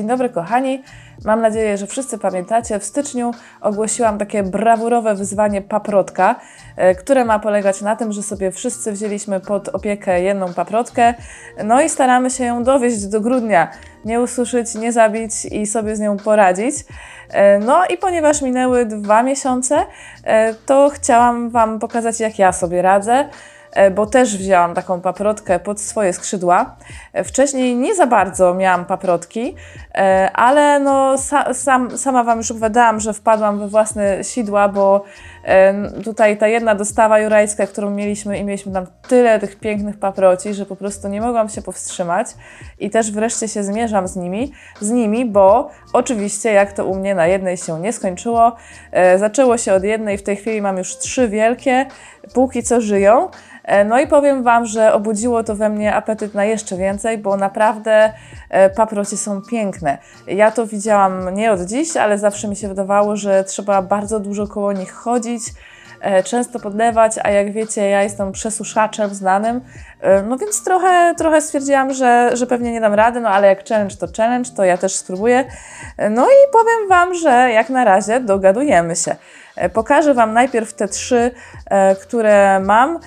dobry kochani, mam nadzieję, że wszyscy pamiętacie, w styczniu ogłosiłam takie brawurowe wyzwanie paprotka, które ma polegać na tym, że sobie wszyscy wzięliśmy pod opiekę jedną paprotkę, no i staramy się ją dowieźć do grudnia, nie ususzyć, nie zabić i sobie z nią poradzić. No i ponieważ minęły 2 miesiące, to chciałam Wam pokazać, jak ja sobie radzę, bo też wzięłam taką paprotkę pod swoje skrzydła. Wcześniej nie za bardzo miałam paprotki, ale no sama Wam już opowiadałam, że wpadłam we własne sidła, bo tutaj ta jedna dostawa jurajska, którą mieliśmy i mieliśmy tam tyle tych pięknych paproci, że po prostu nie mogłam się powstrzymać i też wreszcie się zmierzam z nimi, bo oczywiście jak to u mnie na jednej się nie skończyło, zaczęło się od jednej, w tej chwili mam już 3 wielkie, póki co żyją. No i powiem Wam, że obudziło to we mnie apetyt na jeszcze więcej, bo naprawdę paprocie są piękne. Ja to widziałam nie od dziś, ale zawsze mi się wydawało, że trzeba bardzo dużo koło nich chodzić, często podlewać, a jak wiecie, ja jestem przesuszaczem znanym, no więc trochę stwierdziłam, że pewnie nie dam rady, no ale jak challenge, to ja też spróbuję. No i powiem Wam, że jak na razie dogadujemy się. Pokażę Wam najpierw te 3, które mam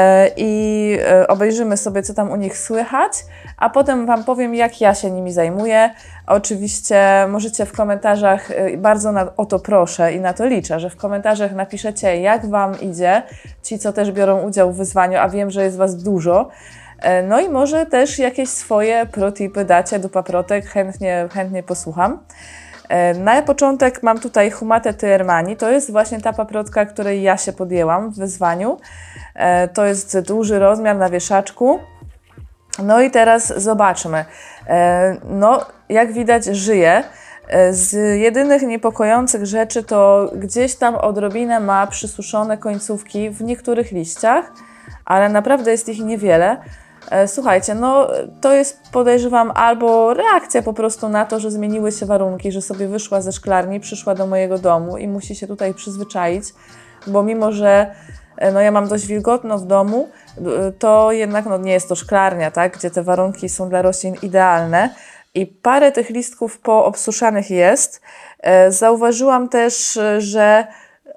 i obejrzymy sobie, co tam u nich słychać, a potem Wam powiem, jak ja się nimi zajmuję. Oczywiście możecie w komentarzach, bardzo o to proszę i na to liczę, że w komentarzach napiszecie, jak Wam idzie, ci, co też biorą udział w wyzwaniu, a wiem, że jest Was dużo. No i może też jakieś swoje protipy dacie do paprotek, chętnie posłucham. Na początek mam tutaj Humatę Tyermanii, to jest właśnie ta paprotka, której ja się podjęłam w wyzwaniu. To jest duży rozmiar na wieszaczku. No i teraz zobaczmy. No, jak widać, żyje. Z jedynych niepokojących rzeczy to gdzieś tam odrobinę ma przysuszone końcówki w niektórych liściach, ale naprawdę jest ich niewiele. Słuchajcie, no to jest, podejrzewam, albo reakcja po prostu na to, że zmieniły się warunki, że sobie wyszła ze szklarni, przyszła do mojego domu i musi się tutaj przyzwyczaić, bo mimo, że no ja mam dość wilgotno w domu, to jednak no, nie jest to szklarnia, tak, gdzie te warunki są dla roślin idealne i parę tych listków poobsuszanych jest. Zauważyłam też, że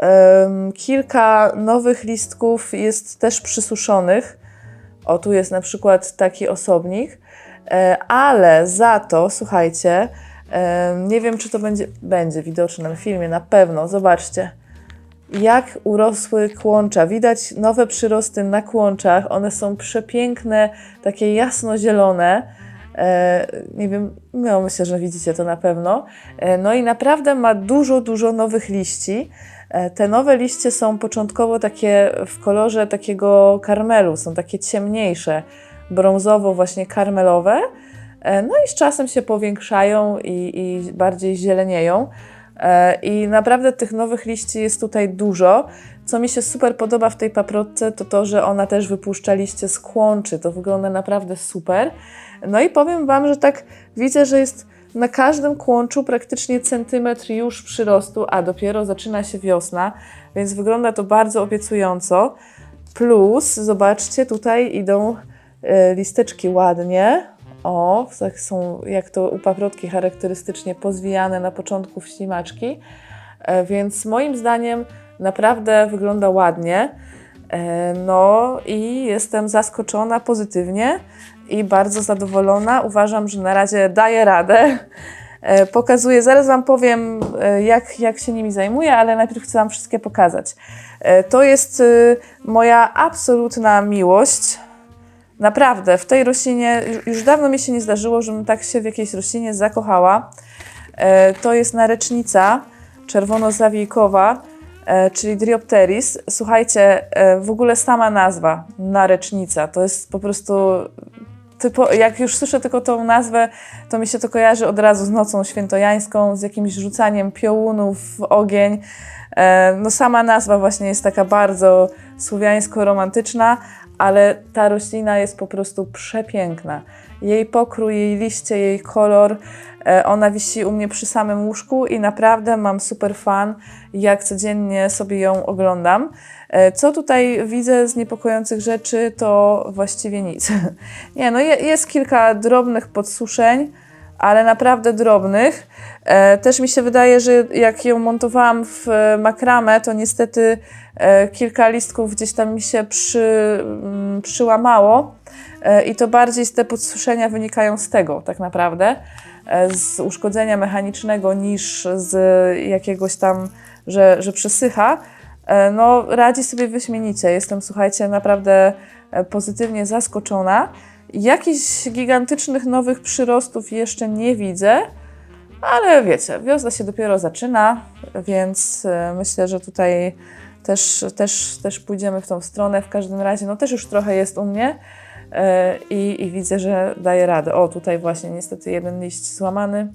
kilka nowych listków jest też przysuszonych. O, tu jest na przykład taki osobnik, ale za to, słuchajcie, nie wiem, czy to będzie widoczne na filmie, na pewno, zobaczcie, jak urosły kłącza. Widać nowe przyrosty na kłączach, one są przepiękne, takie jasnozielone. Nie wiem, no myślę, że widzicie to na pewno. No i naprawdę ma dużo nowych liści. Te nowe liście są początkowo takie w kolorze takiego karmelu, są takie ciemniejsze, brązowo właśnie karmelowe, no i z czasem się powiększają i bardziej zielenieją. I naprawdę tych nowych liści jest tutaj dużo. Co mi się super podoba w tej paprotce, to to, że ona też wypuszcza liście z kłączy, to wygląda naprawdę super. No i powiem Wam, że tak widzę, że jest na każdym kłączu praktycznie centymetr już przyrostu, a dopiero zaczyna się wiosna, więc wygląda to bardzo obiecująco. Plus, zobaczcie, tutaj idą listeczki ładnie. O, tak są, jak to u paprotki charakterystycznie pozwijane na początku w ślimaczki. Więc moim zdaniem naprawdę wygląda ładnie. No i jestem zaskoczona pozytywnie i bardzo zadowolona. Uważam, że na razie daję radę. Pokazuję, zaraz Wam powiem, jak się nimi zajmuję, ale najpierw chcę Wam wszystkie pokazać. To jest moja absolutna miłość. Naprawdę, w tej roślinie już dawno mi się nie zdarzyło, żebym tak się w jakiejś roślinie zakochała. To jest narecznica czerwono-zawiejkowa, czyli Dryopteris. Słuchajcie, w ogóle sama nazwa, narecznica, to jest po prostu jak już słyszę tylko tą nazwę, to mi się to kojarzy od razu z nocą świętojańską, z jakimś rzucaniem piołunów w ogień. No sama nazwa właśnie jest taka bardzo słowiańsko-romantyczna, ale ta roślina jest po prostu przepiękna. Jej pokrój, jej liście, jej kolor, ona wisi u mnie przy samym łóżku i naprawdę mam super fan, jak codziennie sobie ją oglądam. Co tutaj widzę z niepokojących rzeczy, to właściwie nic. Nie, no jest kilka drobnych podsuszeń, ale naprawdę drobnych. Też mi się wydaje, że jak ją montowałam w makramę, to niestety kilka listków gdzieś tam mi się przyłamało i to bardziej te podsuszenia wynikają z tego tak naprawdę, z uszkodzenia mechanicznego niż z jakiegoś tam, że przesycha. No radzi sobie wyśmienicie. Jestem, słuchajcie, naprawdę pozytywnie zaskoczona. Jakichś gigantycznych nowych przyrostów jeszcze nie widzę, ale wiecie, wiosna się dopiero zaczyna, więc myślę, że tutaj też pójdziemy w tą stronę. W każdym razie, no też już trochę jest u mnie i widzę, że daje radę. O, tutaj właśnie niestety jeden liść złamany.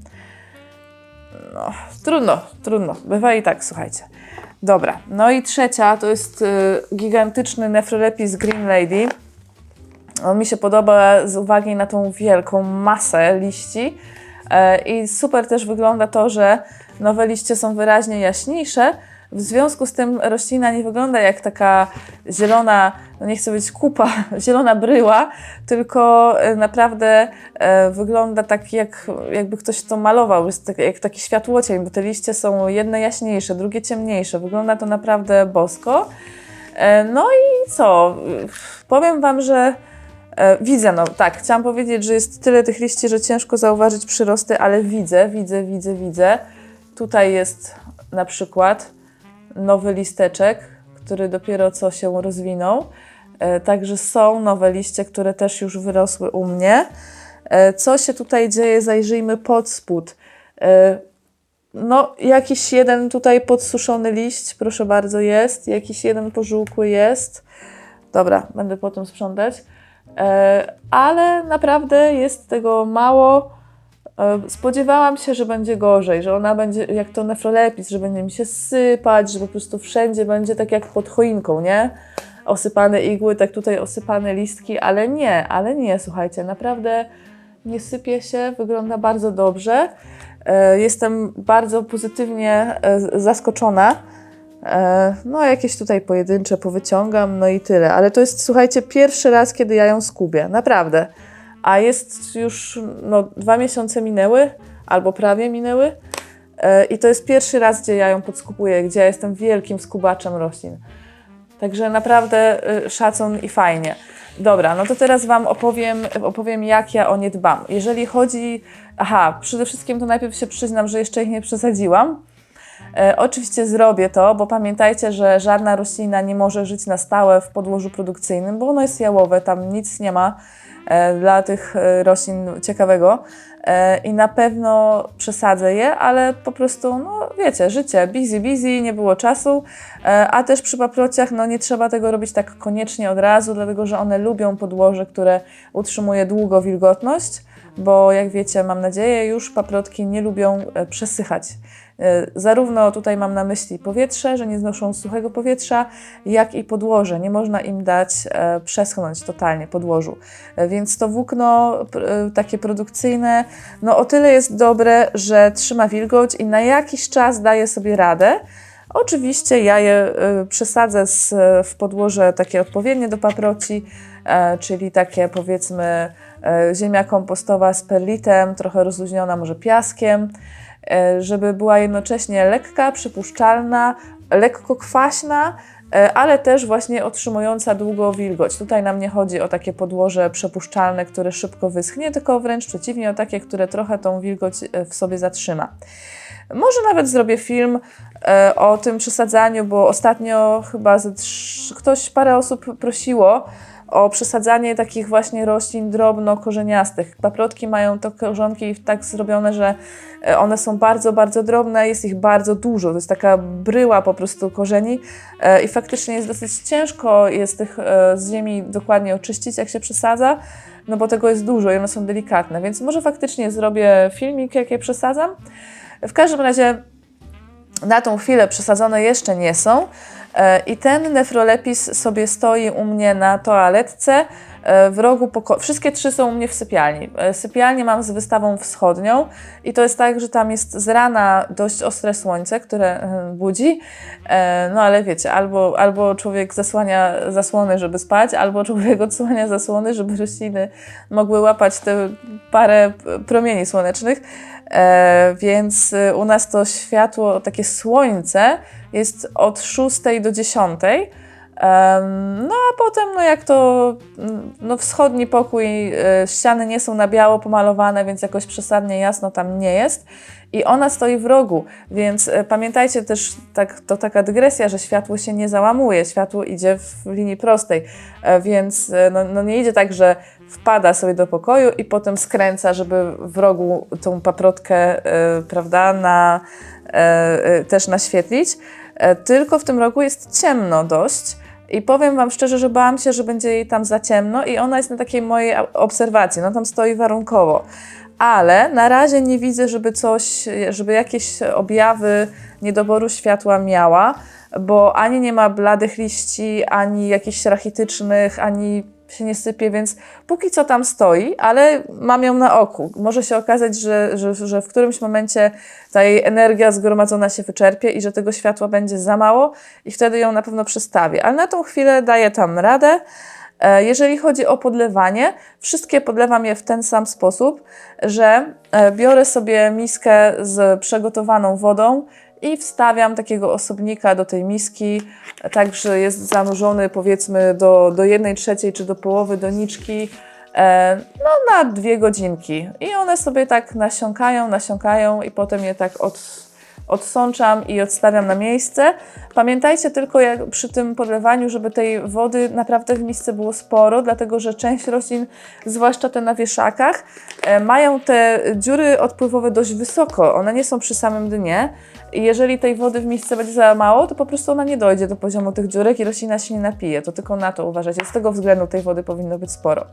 No, trudno. Bywa i tak, słuchajcie. Dobra, no i trzecia to jest gigantyczny Nephrolepis Green Lady. On mi się podoba z uwagi na tą wielką masę liści i super też wygląda to, że nowe liście są wyraźnie jaśniejsze. W związku z tym roślina nie wygląda jak taka zielona, no nie chcę być kupa, zielona bryła, tylko naprawdę wygląda tak jakby ktoś to malował, jest tak, jak taki światłocień, bo te liście są jedne jaśniejsze, drugie ciemniejsze. Wygląda to naprawdę bosko. No i co? Powiem Wam, że widzę, no tak, chciałam powiedzieć, że jest tyle tych liści, że ciężko zauważyć przyrosty, ale widzę. Tutaj jest na przykład nowy listeczek, który dopiero co się rozwinął. Także są nowe liście, które też już wyrosły u mnie. Co się tutaj dzieje? Zajrzyjmy pod spód. No, jakiś jeden tutaj podsuszony liść, proszę bardzo, jest. Jakiś jeden pożółkły jest. Dobra, będę potem sprzątać. Ale naprawdę jest tego mało. Spodziewałam się, że będzie gorzej, że ona będzie jak to Nephrolepis, że będzie mi się sypać, że po prostu wszędzie będzie tak jak pod choinką, nie? Osypane igły, tak tutaj osypane listki, ale nie, słuchajcie, naprawdę nie sypie się, wygląda bardzo dobrze. Jestem bardzo pozytywnie zaskoczona. No jakieś tutaj pojedyncze powyciągam, no i tyle. Ale to jest, słuchajcie, pierwszy raz, kiedy ja ją skubię, naprawdę. A jest już, 2 miesiące minęły, albo prawie minęły. I to jest pierwszy raz, gdzie ja ją podskupuję, gdzie ja jestem wielkim skubaczem roślin. Także naprawdę szacun i fajnie. Dobra, no to teraz Wam opowiem, jak ja o nie dbam. Jeżeli chodzi... przede wszystkim to najpierw się przyznam, że jeszcze ich nie przesadziłam. Oczywiście zrobię to, bo pamiętajcie, że żadna roślina nie może żyć na stałe w podłożu produkcyjnym, bo ono jest jałowe, tam nic nie ma dla tych roślin ciekawego i na pewno przesadzę je, ale po prostu, no wiecie, życie, busy, nie było czasu, a też przy paprociach, no nie trzeba tego robić tak koniecznie od razu, dlatego że one lubią podłoże, które utrzymuje długo wilgotność, bo jak wiecie, mam nadzieję, już paprotki nie lubią przesychać. Zarówno tutaj mam na myśli powietrze, że nie znoszą suchego powietrza, jak i podłoże. Nie można im dać przeschnąć totalnie podłożu. Więc to włókno takie produkcyjne, no o tyle jest dobre, że trzyma wilgoć i na jakiś czas daje sobie radę. Oczywiście ja je przesadzę w podłoże takie odpowiednie do paproci, czyli takie powiedzmy ziemia kompostowa z perlitem, trochę rozluźniona może piaskiem, żeby była jednocześnie lekka, przypuszczalna, lekko kwaśna, ale też właśnie otrzymująca długo wilgoć. Tutaj nam nie chodzi o takie podłoże przepuszczalne, które szybko wyschnie, tylko wręcz przeciwnie, o takie, które trochę tą wilgoć w sobie zatrzyma. Może nawet zrobię film o tym przesadzaniu, bo ostatnio chyba parę osób prosiło o przesadzanie takich właśnie roślin drobno-korzeniastych. Paprotki mają to korzonki tak zrobione, że one są bardzo, bardzo drobne, jest ich bardzo dużo. To jest taka bryła po prostu korzeni i faktycznie jest dosyć ciężko jest tych z ziemi dokładnie oczyścić, jak się przesadza, no bo tego jest dużo i one są delikatne, więc może faktycznie zrobię filmik, jak je przesadzam. W każdym razie na tą chwilę przesadzone jeszcze nie są, I ten nefrolepis sobie stoi u mnie na toaletce w rogu pokoju. Wszystkie trzy są u mnie w sypialni. Sypialnię mam z wystawą wschodnią i to jest tak, że tam jest z rana dość ostre słońce, które budzi, no ale wiecie, albo człowiek zasłania zasłony, żeby spać, albo człowiek odsłania zasłony, żeby rośliny mogły łapać te parę promieni słonecznych. Więc u nas to światło, takie słońce jest od 6 do 10. No a potem, no jak to wschodni pokój, ściany nie są na biało pomalowane, więc jakoś przesadnie jasno tam nie jest. I ona stoi w rogu, więc pamiętajcie też, to taka dygresja, że światło się nie załamuje, światło idzie w linii prostej, więc no nie idzie tak, że wpada sobie do pokoju i potem skręca, żeby w rogu tą paprotkę, prawda, też naświetlić, tylko w tym rogu jest ciemno dość. I powiem Wam szczerze, że bałam się, że będzie jej tam za ciemno i ona jest na takiej mojej obserwacji, no tam stoi warunkowo. Ale na razie nie widzę, żeby jakieś objawy niedoboru światła miała, bo ani nie ma bladych liści, ani jakichś rachitycznych, ani się nie sypie, więc póki co tam stoi, ale mam ją na oku. Może się okazać, że w którymś momencie ta jej energia zgromadzona się wyczerpie i że tego światła będzie za mało i wtedy ją na pewno przestawię. Ale na tą chwilę daję tam radę. Jeżeli chodzi o podlewanie, wszystkie podlewam je w ten sam sposób, że biorę sobie miskę z przygotowaną wodą i wstawiam takiego osobnika do tej miski, tak, że jest zanurzony powiedzmy do 1/3 czy do połowy doniczki, no na 2 godzinki. I one sobie tak nasiąkają i potem je tak odsączam i odstawiam na miejsce. Pamiętajcie tylko przy tym podlewaniu, żeby tej wody naprawdę w misce było sporo, dlatego że część roślin, zwłaszcza te na wieszakach, mają te dziury odpływowe dość wysoko. One nie są przy samym dnie i jeżeli tej wody w misce będzie za mało, to po prostu ona nie dojdzie do poziomu tych dziurek i roślina się nie napije. To tylko na to uważajcie. Z tego względu tej wody powinno być sporo.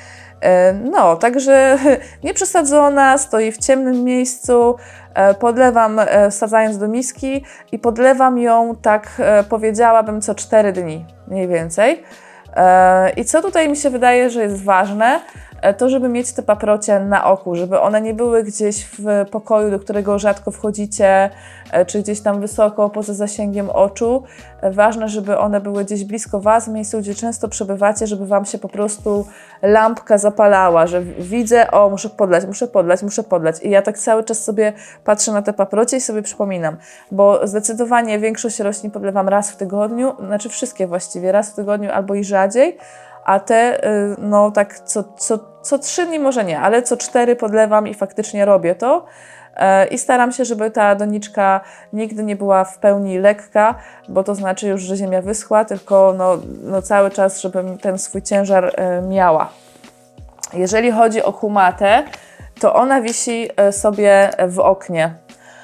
No, także nieprzesadzona, stoi w ciemnym miejscu, podlewam wsadzając do miski i podlewam ją, tak powiedziałabym, co 4 dni mniej więcej. I co tutaj mi się wydaje, że jest ważne, to żeby mieć te paprocie na oku, żeby one nie były gdzieś w pokoju, do którego rzadko wchodzicie, czy gdzieś tam wysoko, poza zasięgiem oczu. Ważne, żeby one były gdzieś blisko Was, w miejscu, gdzie często przebywacie, żeby Wam się po prostu lampka zapalała, że widzę, o, muszę podlać. I ja tak cały czas sobie patrzę na te paprocie i sobie przypominam, bo zdecydowanie większość roślin podlewam raz w tygodniu, znaczy wszystkie właściwie, raz w tygodniu albo i rzadziej, a te, no tak co 3 dni może nie, ale co 4 podlewam i faktycznie robię to. I staram się, żeby ta doniczka nigdy nie była w pełni lekka, bo to znaczy już, że ziemia wyschła, tylko no cały czas, żebym ten swój ciężar miała. Jeżeli chodzi o humatę, to ona wisi sobie w oknie.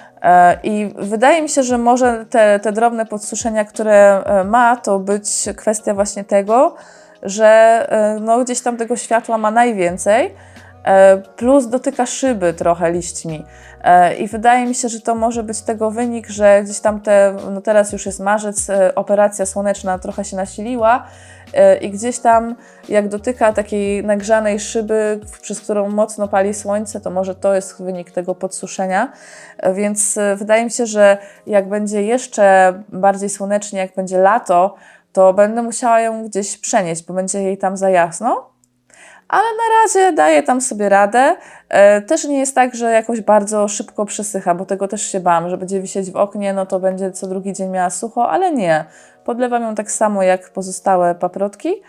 I wydaje mi się, że może te drobne podsuszenia, które ma, to być kwestia właśnie tego, że no, gdzieś tam tego światła ma najwięcej, plus dotyka szyby trochę liśćmi. I wydaje mi się, że to może być tego wynik, że gdzieś tam no teraz już jest marzec, operacja słoneczna trochę się nasiliła i gdzieś tam jak dotyka takiej nagrzanej szyby, przez którą mocno pali słońce, to może to jest wynik tego podsuszenia. Więc wydaje mi się, że jak będzie jeszcze bardziej słonecznie, jak będzie lato, to będę musiała ją gdzieś przenieść, bo będzie jej tam za jasno. Ale na razie daję tam sobie radę. Też nie jest tak, że jakoś bardzo szybko przesycha, bo tego też się bałam, że będzie wisieć w oknie, no to będzie co drugi dzień miała sucho, ale nie. Podlewam ją tak samo jak pozostałe paprotki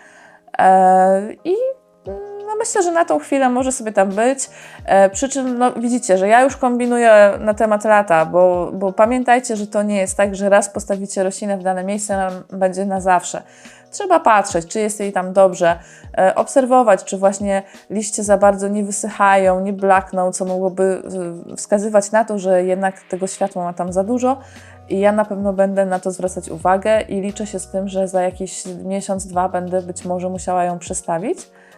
i no myślę, że na tą chwilę może sobie tam być. Przy czym no, widzicie, że ja już kombinuję na temat lata, bo pamiętajcie, że to nie jest tak, że raz postawicie roślinę w dane miejsce, będzie na zawsze. Trzeba patrzeć, czy jest jej tam dobrze, obserwować, czy właśnie liście za bardzo nie wysychają, nie blakną, co mogłoby wskazywać na to, że jednak tego światła ma tam za dużo. I ja na pewno będę na to zwracać uwagę i liczę się z tym, że za jakiś miesiąc, 2 będę być może musiała ją przestawić.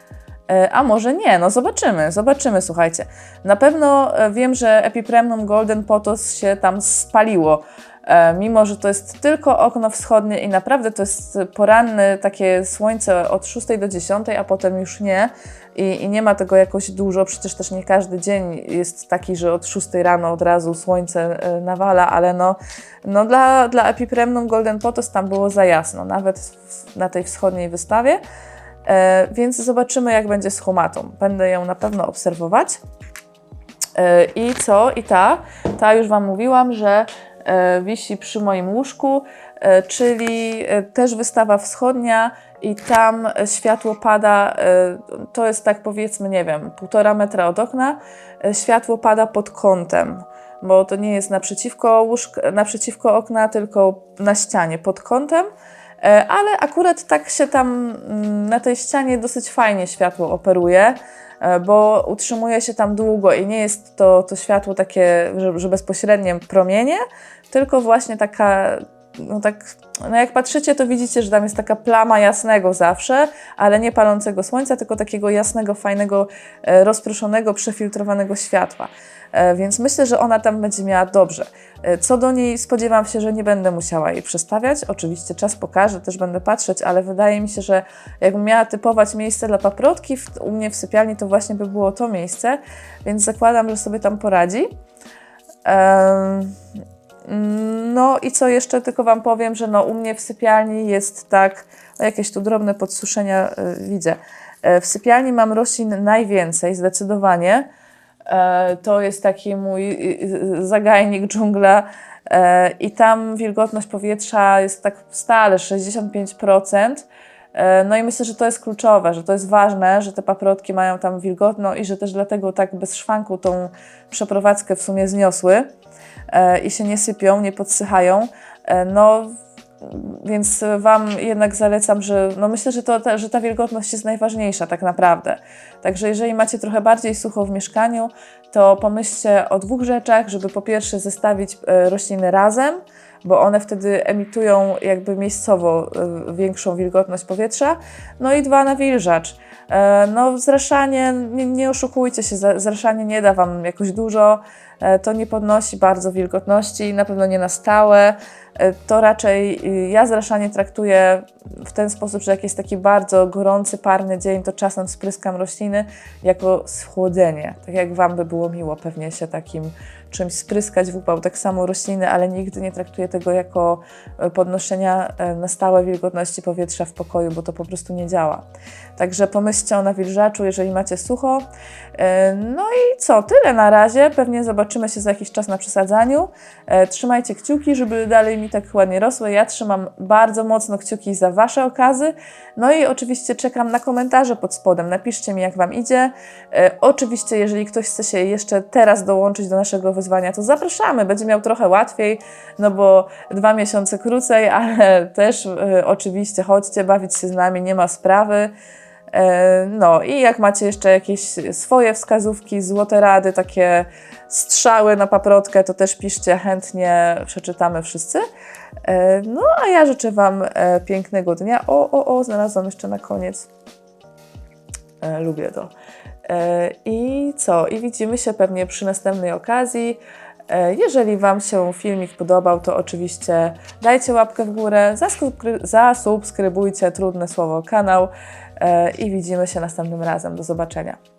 A może nie, no zobaczymy, słuchajcie. Na pewno wiem, że Epipremnum Golden Pothos się tam spaliło, mimo że to jest tylko okno wschodnie i naprawdę to jest poranne takie słońce od 6 do 10, a potem już nie. I nie ma tego jakoś dużo, przecież też nie każdy dzień jest taki, że od 6 rano od razu słońce nawala, ale no dla Epipremnum Golden Pothos tam było za jasno, nawet na tej wschodniej wystawie. Więc zobaczymy, jak będzie z humatą. Będę ją na pewno obserwować. I co? I ta już Wam mówiłam, że wisi przy moim łóżku, czyli też wystawa wschodnia i tam światło pada, to jest tak powiedzmy, nie wiem, 1,5 metra od okna, światło pada pod kątem, bo to nie jest naprzeciwko okna, tylko na ścianie, pod kątem. Ale akurat tak się tam na tej ścianie dosyć fajnie światło operuje, bo utrzymuje się tam długo i nie jest to światło takie, że bezpośrednie promienie, tylko właśnie taka, no jak patrzycie, to widzicie, że tam jest taka plama jasnego zawsze, ale nie palącego słońca, tylko takiego jasnego, fajnego, rozproszonego, przefiltrowanego światła. Więc myślę, że ona tam będzie miała dobrze. Co do niej, spodziewam się, że nie będę musiała jej przestawiać. Oczywiście czas pokaże, też będę patrzeć, ale wydaje mi się, że jakbym miała typować miejsce dla paprotki u mnie w sypialni, to właśnie by było to miejsce, więc zakładam, że sobie tam poradzi. No i co jeszcze, tylko Wam powiem, że u mnie w sypialni jest tak, jakieś tu drobne podsuszenia widzę. W sypialni mam roślin najwięcej, zdecydowanie. To jest taki mój zagajnik, dżungla i tam wilgotność powietrza jest tak stale 65%. No i myślę, że to jest kluczowe, że to jest ważne, że te paprotki mają tam wilgotno i że też dlatego tak bez szwanku tą przeprowadzkę w sumie zniosły i się nie sypią, nie podsychają. No więc Wam jednak zalecam, że myślę, że ta wilgotność jest najważniejsza tak naprawdę. Także jeżeli macie trochę bardziej sucho w mieszkaniu, to pomyślcie o 2 rzeczach, żeby po pierwsze zestawić rośliny razem, bo one wtedy emitują jakby miejscowo większą wilgotność powietrza. No i 2, nawilżacz. Zraszanie, nie oszukujcie się, zraszanie nie da Wam jakoś dużo, to nie podnosi bardzo wilgotności, na pewno nie na stałe. To raczej ja zraszanie traktuję w ten sposób, że jak jest taki bardzo gorący, parny dzień, to czasem spryskam rośliny jako schłodzenie. Tak jak Wam by było miło pewnie się takim czymś spryskać w upał, tak samo rośliny, ale nigdy nie traktuję tego jako podnoszenia na stałe wilgotności powietrza w pokoju, bo to po prostu nie działa. Także pomyślcie o nawilżaczu, jeżeli macie sucho. No i co? Tyle na razie. Pewnie zobaczymy się za jakiś czas na przesadzaniu. Trzymajcie kciuki, żeby dalej mi tak ładnie rosły. Ja trzymam bardzo mocno kciuki za Wasze okazy. No i oczywiście czekam na komentarze pod spodem. Napiszcie mi, jak Wam idzie. Oczywiście, jeżeli ktoś chce się jeszcze teraz dołączyć do naszego wyzwania, to zapraszamy. Będzie miał trochę łatwiej, no bo 2 miesiące krócej, ale też oczywiście chodźcie, bawić się z nami, nie ma sprawy. No i jak macie jeszcze jakieś swoje wskazówki, złote rady, takie strzały na paprotkę, to też piszcie, chętnie przeczytamy wszyscy. No a ja życzę Wam pięknego dnia. Znalazłam jeszcze na koniec. Lubię to. I co? I widzimy się pewnie przy następnej okazji. Jeżeli Wam się filmik podobał, to oczywiście dajcie łapkę w górę, zasubskrybujcie, trudne słowo, kanał i widzimy się następnym razem. Do zobaczenia.